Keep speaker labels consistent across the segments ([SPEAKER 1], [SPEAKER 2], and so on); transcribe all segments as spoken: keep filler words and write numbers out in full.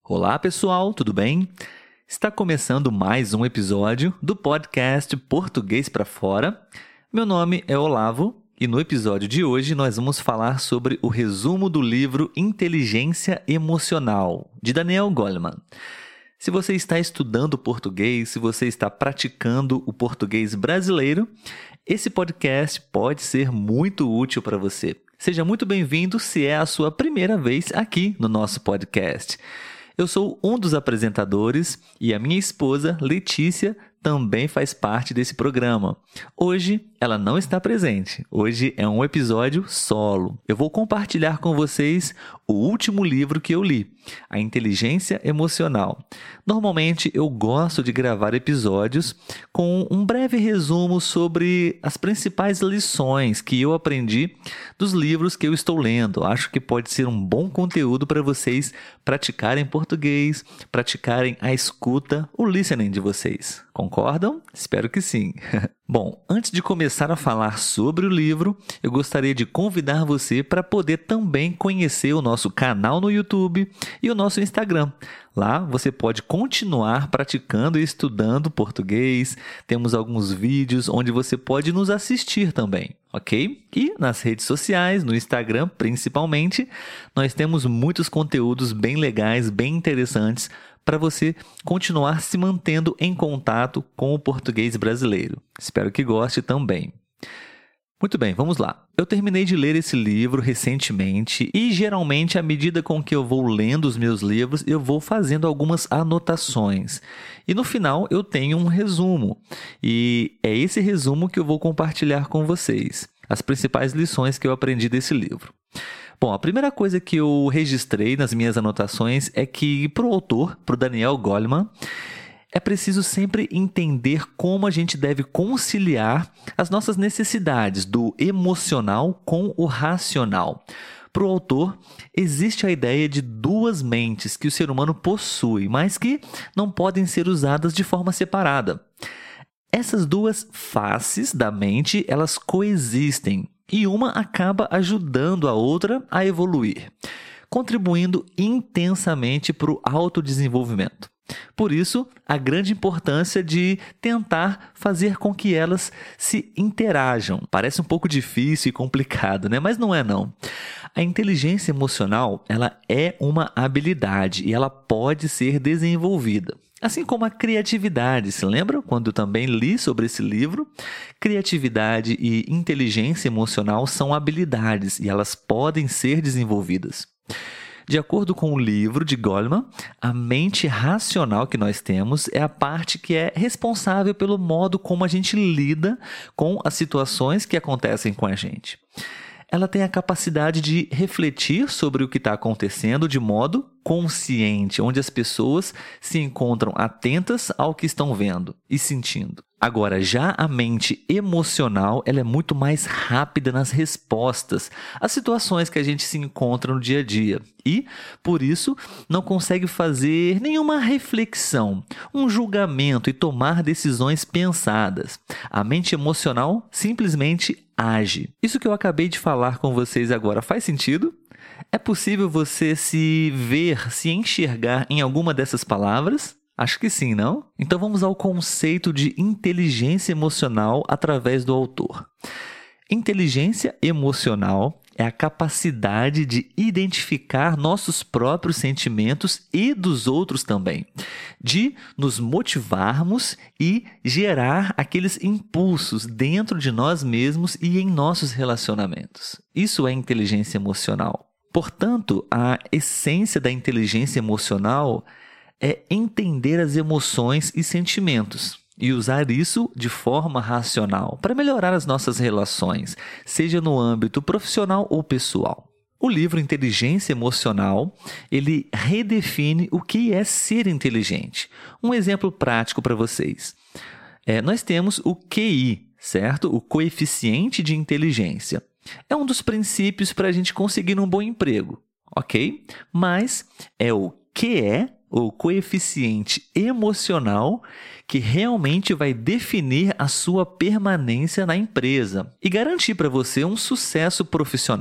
[SPEAKER 1] Olá pessoal, tudo bem? Está começando mais um episódio do podcast Português para Fora. Meu nome é Olavo e no episódio de hoje nós vamos falar sobre o resumo do livro Inteligência Emocional, de Daniel Goleman. Se você está estudando português, se você está praticando o português brasileiro, esse podcast pode ser muito útil para você. Seja muito bem-vindo se é a sua primeira vez aqui no nosso podcast. Eu sou um dos apresentadores e a minha esposa, Letícia, também faz parte desse programa. Hoje, ela não está presente. Hoje é um episódio solo. Eu vou compartilhar com vocês o último livro que eu li, A Inteligência Emocional. Normalmente, eu gosto de gravar episódios com um breve resumo sobre as principais lições que eu aprendi dos livros que eu estou lendo. Acho que pode ser um bom conteúdo para vocês praticarem português, praticarem a escuta, o listening de vocês. Concordam? Espero que sim. Bom, antes de começar a falar sobre o livro, eu gostaria de convidar você para poder também conhecer o nosso canal no YouTube e o nosso Instagram. Lá você pode continuar praticando e estudando português. Temos alguns vídeos onde você pode nos assistir também, ok? E nas redes sociais, no Instagram principalmente, nós temos muitos conteúdos bem legais, bem interessantes para você continuar se mantendo em contato com o português brasileiro. Espero que goste também. Muito bem, vamos lá. Eu terminei de ler esse livro recentemente e, geralmente, à medida com que eu vou lendo os meus livros, eu vou fazendo algumas anotações. E, no final, eu tenho um resumo. E é esse resumo que eu vou compartilhar com vocês. As principais lições que eu aprendi desse livro. Bom, a primeira coisa que eu registrei nas minhas anotações é que, para o autor, para o Daniel Goleman, é preciso sempre entender como a gente deve conciliar as nossas necessidades do emocional com o racional. Para o autor, existe a ideia de duas mentes que o ser humano possui, mas que não podem ser usadas de forma separada. Essas duas faces da mente, elas coexistem e uma acaba ajudando a outra a evoluir, contribuindo intensamente para o autodesenvolvimento. Por isso, a grande importância de tentar fazer com que elas se interajam. Parece um pouco difícil e complicado, né? Mas não é não. A inteligência emocional, ela é uma habilidade e ela pode ser desenvolvida. Assim como a criatividade, se lembra? Quando eu também li sobre esse livro, criatividade e inteligência emocional são habilidades e elas podem ser desenvolvidas. De acordo com o livro de Goleman, a mente racional que nós temos é a parte que é responsável pelo modo como a gente lida com as situações que acontecem com a gente. Ela tem a capacidade de refletir sobre o que está acontecendo de modo consciente, onde as pessoas se encontram atentas ao que estão vendo e sentindo. Agora, já a mente emocional, ela é muito mais rápida nas respostas às situações que a gente se encontra no dia a dia e, por isso, não consegue fazer nenhuma reflexão, um julgamento e tomar decisões pensadas. A mente emocional simplesmente age. Isso que eu acabei de falar com vocês agora faz sentido? É possível você se ver, se enxergar em alguma dessas palavras? Acho que sim, não? Então vamos ao conceito de inteligência emocional através do autor. Inteligência emocional é a capacidade de identificar nossos próprios sentimentos e dos outros também, de nos motivarmos e gerar aqueles impulsos dentro de nós mesmos e em nossos relacionamentos. Isso é inteligência emocional. Portanto, a essência da inteligência emocional é entender as emoções e sentimentos e usar isso de forma racional para melhorar as nossas relações, seja no âmbito profissional ou pessoal. O livro Inteligência Emocional, ele redefine o que é ser inteligente. Um exemplo prático para vocês. É, nós temos o Q I, certo? O coeficiente de inteligência. É um dos princípios para a gente conseguir um bom emprego, ok? Mas é o que é o coeficiente emocional que realmente vai definir a sua permanência na empresa e garantir para você um sucesso profissional.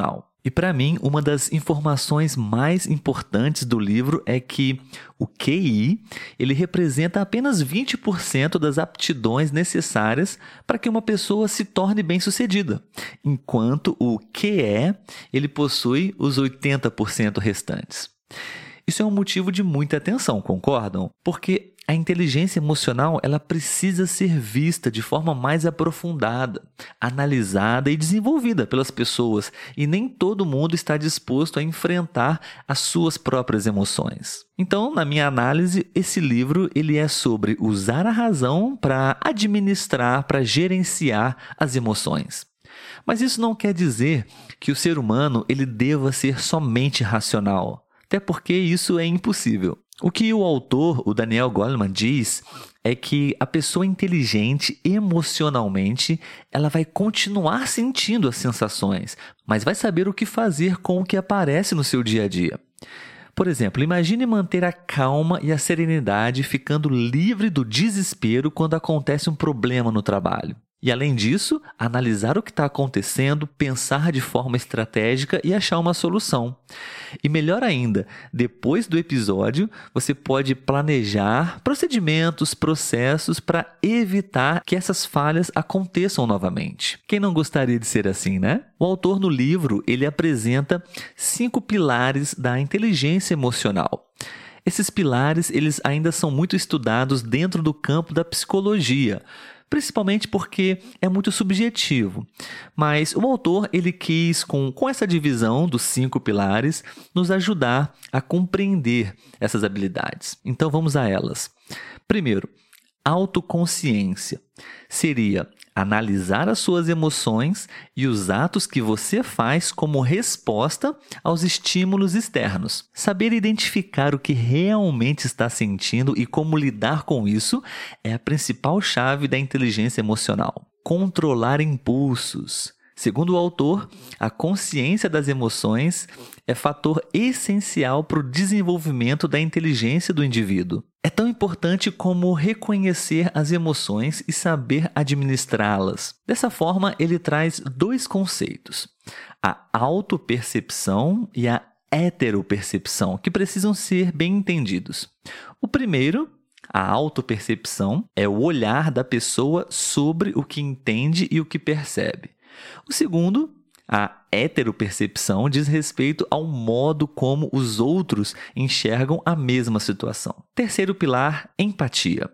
[SPEAKER 1] E para mim, uma das informações mais importantes do livro é que o Q I, ele representa apenas vinte por cento das aptidões necessárias para que uma pessoa se torne bem-sucedida, enquanto o Q E, ele possui os oitenta por cento restantes. Isso é um motivo de muita atenção, concordam? Porque a inteligência emocional, ela precisa ser vista de forma mais aprofundada, analisada e desenvolvida pelas pessoas, e nem todo mundo está disposto a enfrentar as suas próprias emoções. Então, na minha análise, esse livro ele é sobre usar a razão para administrar, para gerenciar as emoções. Mas isso não quer dizer que o ser humano ele deva ser somente racional, até porque isso é impossível. O que o autor, o Daniel Goleman, diz é que a pessoa inteligente emocionalmente, ela vai continuar sentindo as sensações, mas vai saber o que fazer com o que aparece no seu dia a dia. Por exemplo, imagine manter a calma e a serenidade ficando livre do desespero quando acontece um problema no trabalho. E, além disso, analisar o que está acontecendo, pensar de forma estratégica e achar uma solução. E melhor ainda, depois do episódio, você pode planejar procedimentos, processos para evitar que essas falhas aconteçam novamente. Quem não gostaria de ser assim, né? O autor no livro, ele apresenta cinco pilares da inteligência emocional. Esses pilares, eles ainda são muito estudados dentro do campo da psicologia, principalmente porque é muito subjetivo. Mas o autor ele quis, com, com essa divisão dos cinco pilares, nos ajudar a compreender essas habilidades. Então vamos a elas. Primeiro, autoconsciência. Seria analisar as suas emoções e os atos que você faz como resposta aos estímulos externos. Saber identificar o que realmente está sentindo e como lidar com isso é a principal chave da inteligência emocional. Controlar impulsos. Segundo o autor, a consciência das emoções é fator essencial para o desenvolvimento da inteligência do indivíduo. É tão importante como reconhecer as emoções e saber administrá-las. Dessa forma, ele traz dois conceitos: a autopercepção e a heteropercepção, que precisam ser bem entendidos. O primeiro, a autopercepção, é o olhar da pessoa sobre o que entende e o que percebe. O segundo, a heteropercepção, diz respeito ao modo como os outros enxergam a mesma situação. Terceiro pilar, empatia.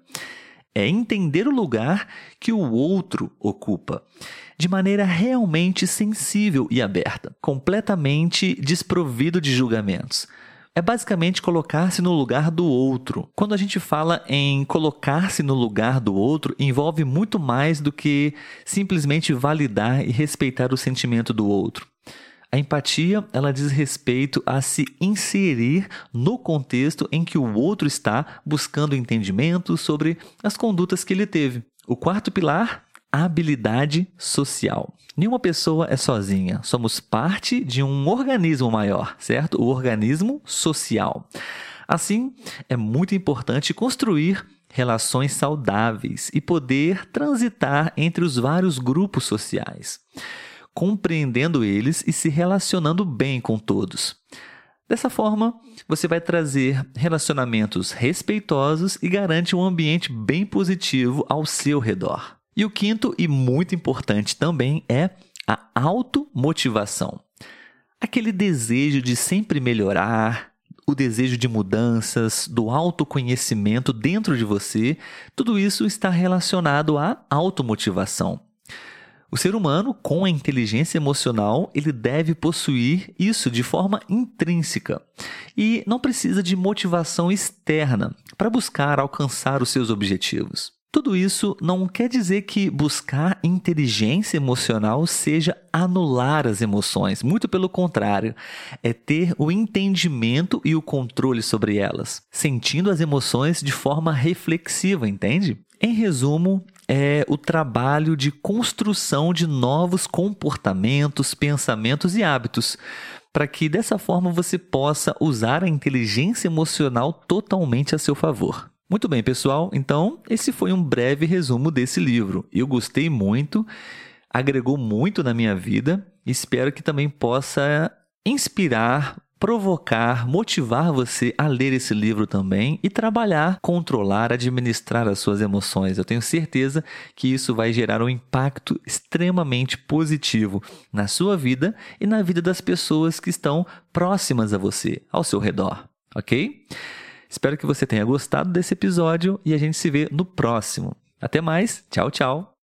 [SPEAKER 1] É entender o lugar que o outro ocupa, de maneira realmente sensível e aberta, completamente desprovido de julgamentos. É basicamente colocar-se no lugar do outro. Quando a gente fala em colocar-se no lugar do outro, envolve muito mais do que simplesmente validar e respeitar o sentimento do outro. A empatia, ela diz respeito a se inserir no contexto em que o outro está, buscando entendimento sobre as condutas que ele teve. O quarto pilar, habilidade social. Nenhuma pessoa é sozinha, somos parte de um organismo maior, certo? O organismo social. Assim, é muito importante construir relações saudáveis e poder transitar entre os vários grupos sociais, compreendendo eles e se relacionando bem com todos. Dessa forma, você vai trazer relacionamentos respeitosos e garante um ambiente bem positivo ao seu redor. E o quinto e muito importante também é a automotivação. Aquele desejo de sempre melhorar, o desejo de mudanças, do autoconhecimento dentro de você, tudo isso está relacionado à automotivação. O ser humano, com a inteligência emocional, ele deve possuir isso de forma intrínseca e não precisa de motivação externa para buscar alcançar os seus objetivos. Tudo isso não quer dizer que buscar inteligência emocional seja anular as emoções. Muito pelo contrário, é ter o entendimento e o controle sobre elas, sentindo as emoções de forma reflexiva, entende? Em resumo, é o trabalho de construção de novos comportamentos, pensamentos e hábitos, para que dessa forma você possa usar a inteligência emocional totalmente a seu favor. Muito bem, pessoal, então esse foi um breve resumo desse livro. Eu gostei muito, agregou muito na minha vida e espero que também possa inspirar, provocar, motivar você a ler esse livro também e trabalhar, controlar, administrar as suas emoções. Eu tenho certeza que isso vai gerar um impacto extremamente positivo na sua vida e na vida das pessoas que estão próximas a você, ao seu redor, ok? Espero que você tenha gostado desse episódio e a gente se vê no próximo. Até mais, tchau, tchau!